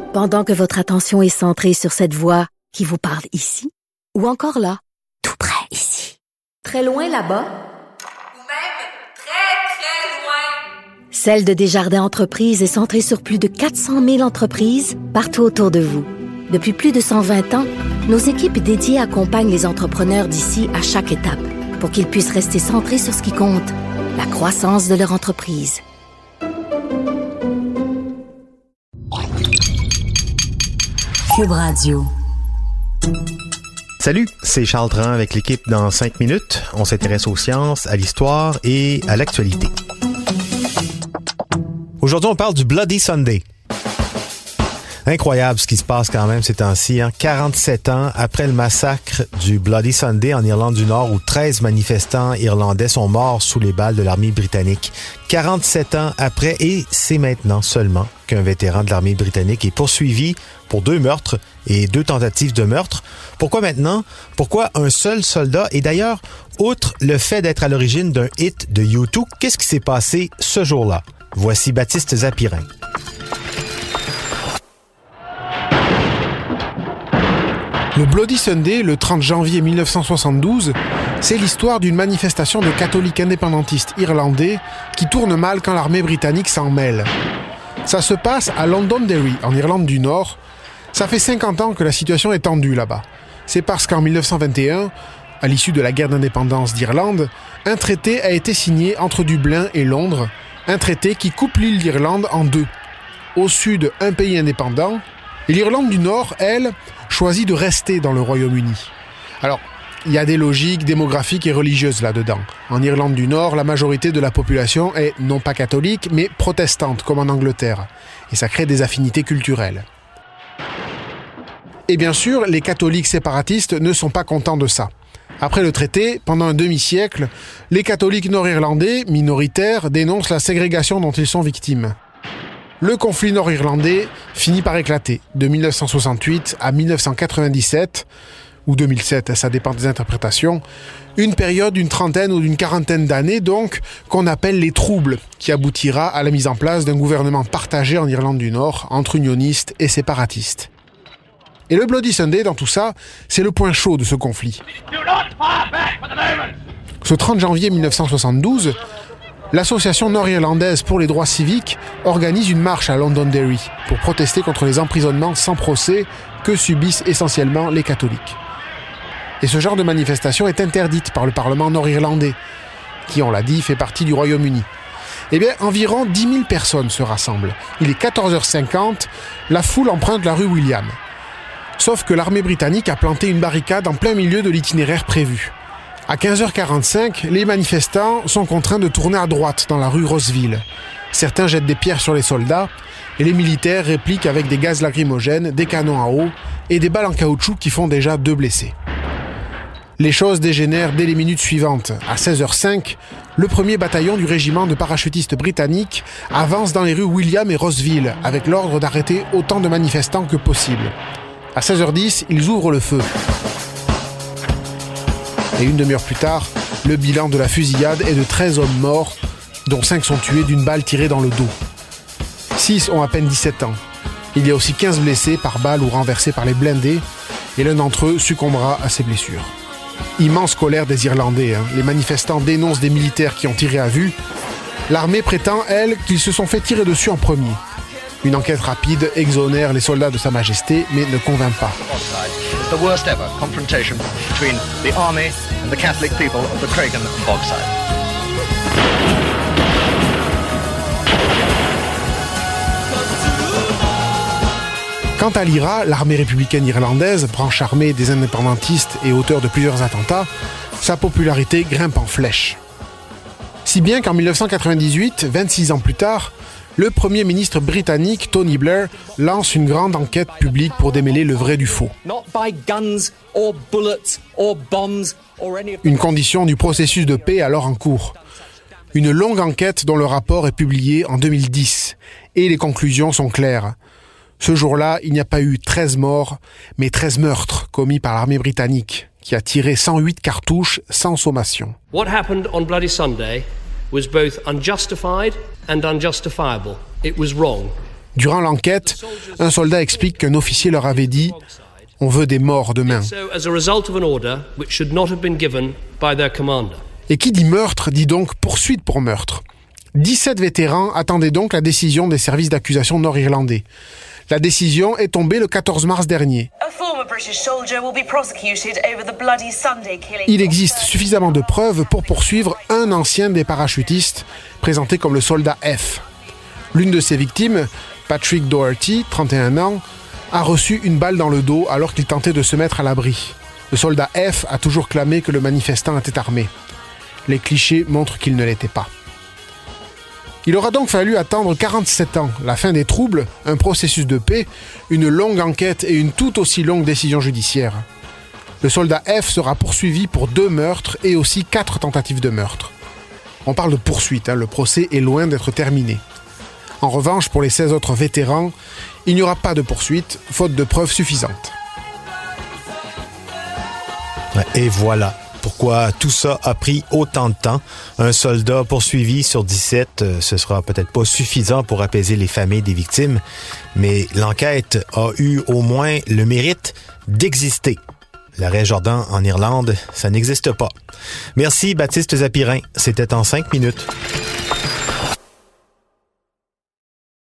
Pendant que votre attention est centrée sur cette voix qui vous parle ici, ou encore là, tout près ici, très loin là-bas, ou même très, très loin. Celle de Desjardins Entreprises est centrée sur plus de 400 000 entreprises partout autour de vous. Depuis plus de 120 ans, nos équipes dédiées accompagnent les entrepreneurs d'ici à chaque étape pour qu'ils puissent rester centrés sur ce qui compte, la croissance de leur entreprise. Cube Radio. Salut, c'est Charles Dran avec l'équipe dans 5 minutes. On s'intéresse aux sciences, à l'histoire et à l'actualité. Aujourd'hui, on parle du Bloody Sunday. Incroyable ce qui se passe quand même ces temps-ci. 47 ans après le massacre du Bloody Sunday en Irlande du Nord où 13 manifestants irlandais sont morts sous les balles de l'armée britannique. 47 ans après, et c'est maintenant seulement qu'un vétéran de l'armée britannique est poursuivi pour 2 meurtres et 2 tentatives de meurtre. Pourquoi maintenant? Pourquoi un seul soldat? Et d'ailleurs, outre le fait d'être à l'origine d'un hit de U2, qu'est-ce qui s'est passé ce jour-là? Voici Baptiste Zapirin. Le Bloody Sunday, le 30 janvier 1972, c'est l'histoire d'une manifestation de catholiques indépendantistes irlandais qui tourne mal quand l'armée britannique s'en mêle. Ça se passe à Londonderry, en Irlande du Nord. Ça fait 50 ans que la situation est tendue là-bas. C'est parce qu'en 1921, à l'issue de la guerre d'indépendance d'Irlande, un traité a été signé entre Dublin et Londres, un traité qui coupe l'île d'Irlande en 2. Au sud, un pays indépendant, et l'Irlande du Nord, elle, choisit de rester dans le Royaume-Uni. Alors, il y a des logiques démographiques et religieuses là-dedans. En Irlande du Nord, la majorité de la population est non pas catholique, mais protestante, comme en Angleterre. Et ça crée des affinités culturelles. Et bien sûr, les catholiques séparatistes ne sont pas contents de ça. Après le traité, pendant un demi-siècle, les catholiques nord-irlandais, minoritaires, dénoncent la ségrégation dont ils sont victimes. Le conflit nord-irlandais finit par éclater, de 1968 à 1997, ou 2007, ça dépend des interprétations, une période d'une trentaine ou d'une quarantaine d'années donc, qu'on appelle les troubles, qui aboutira à la mise en place d'un gouvernement partagé en Irlande du Nord, entre unionistes et séparatistes. Et le Bloody Sunday, dans tout ça, c'est le point chaud de ce conflit. Ce 30 janvier 1972, l'Association nord-irlandaise pour les droits civiques organise une marche à Londonderry pour protester contre les emprisonnements sans procès que subissent essentiellement les catholiques. Et ce genre de manifestation est interdite par le Parlement nord-irlandais, qui, on l'a dit, fait partie du Royaume-Uni. Eh bien, environ 10 000 personnes se rassemblent. Il est 14h50, la foule emprunte la rue William. Sauf que l'armée britannique a planté une barricade en plein milieu de l'itinéraire prévu. À 15h45, les manifestants sont contraints de tourner à droite dans la rue Rosseville. Certains jettent des pierres sur les soldats et les militaires répliquent avec des gaz lacrymogènes, des canons à eau et des balles en caoutchouc qui font déjà 2 blessés. Les choses dégénèrent dès les minutes suivantes. À 16h05, le 1er bataillon du régiment de parachutistes britanniques avance dans les rues William et Rosseville avec l'ordre d'arrêter autant de manifestants que possible. À 16h10, ils ouvrent le feu. Et une demi-heure plus tard, le bilan de la fusillade est de 13 hommes morts, dont 5 sont tués d'une balle tirée dans le dos. 6 ont à peine 17 ans. Il y a aussi 15 blessés par balle ou renversés par les blindés, et l'un d'entre eux succombera à ses blessures. Immense colère des Irlandais. Les manifestants dénoncent des militaires qui ont tiré à vue. L'armée prétend, elle, qu'ils se sont fait tirer dessus en premier. Une enquête rapide exonère les soldats de Sa Majesté, mais ne convainc pas. The worst ever confrontation between the army and the Catholic people of the Craigan and Bogside. Quant à l'IRA, l'armée républicaine irlandaise, branche armée des indépendantistes et auteur de plusieurs attentats, sa popularité grimpe en flèche. Si bien qu'en 1998, 26 ans plus tard, le premier ministre britannique, Tony Blair, lance une grande enquête publique pour démêler le vrai du faux. Une condition du processus de paix alors en cours. Une longue enquête dont le rapport est publié en 2010. Et les conclusions sont claires. Ce jour-là, il n'y a pas eu 13 morts, mais 13 meurtres commis par l'armée britannique, qui a tiré 108 cartouches sans sommation. What happened on Bloody Sunday was both unjustified and unjustifiable. It was wrong. Durant l'enquête, un soldat explique qu'un officier leur avait dit « On veut des morts demain ». Et qui dit meurtre dit donc poursuite pour meurtre. 17 vétérans attendaient donc la décision des services d'accusation nord-irlandais. La décision est tombée le 14 mars dernier. Il existe suffisamment de preuves pour poursuivre un ancien des parachutistes, présenté comme le soldat F. L'une de ses victimes, Patrick Doherty, 31 ans, a reçu une balle dans le dos alors qu'il tentait de se mettre à l'abri. Le soldat F a toujours clamé que le manifestant était armé. Les clichés montrent qu'il ne l'était pas. Il aura donc fallu attendre 47 ans, la fin des troubles, un processus de paix, une longue enquête et une tout aussi longue décision judiciaire. Le soldat F sera poursuivi pour 2 meurtres et aussi 4 tentatives de meurtre. On parle de poursuite, le procès est loin d'être terminé. En revanche, pour les 16 autres vétérans, il n'y aura pas de poursuite, faute de preuves suffisantes. Et voilà pourquoi tout ça a pris autant de temps. Un soldat poursuivi sur 17, ce sera peut-être pas suffisant pour apaiser les familles des victimes, mais l'enquête a eu au moins le mérite d'exister. L'arrêt Jordan en Irlande, ça n'existe pas. Merci Baptiste Zapirin, c'était en 5 minutes.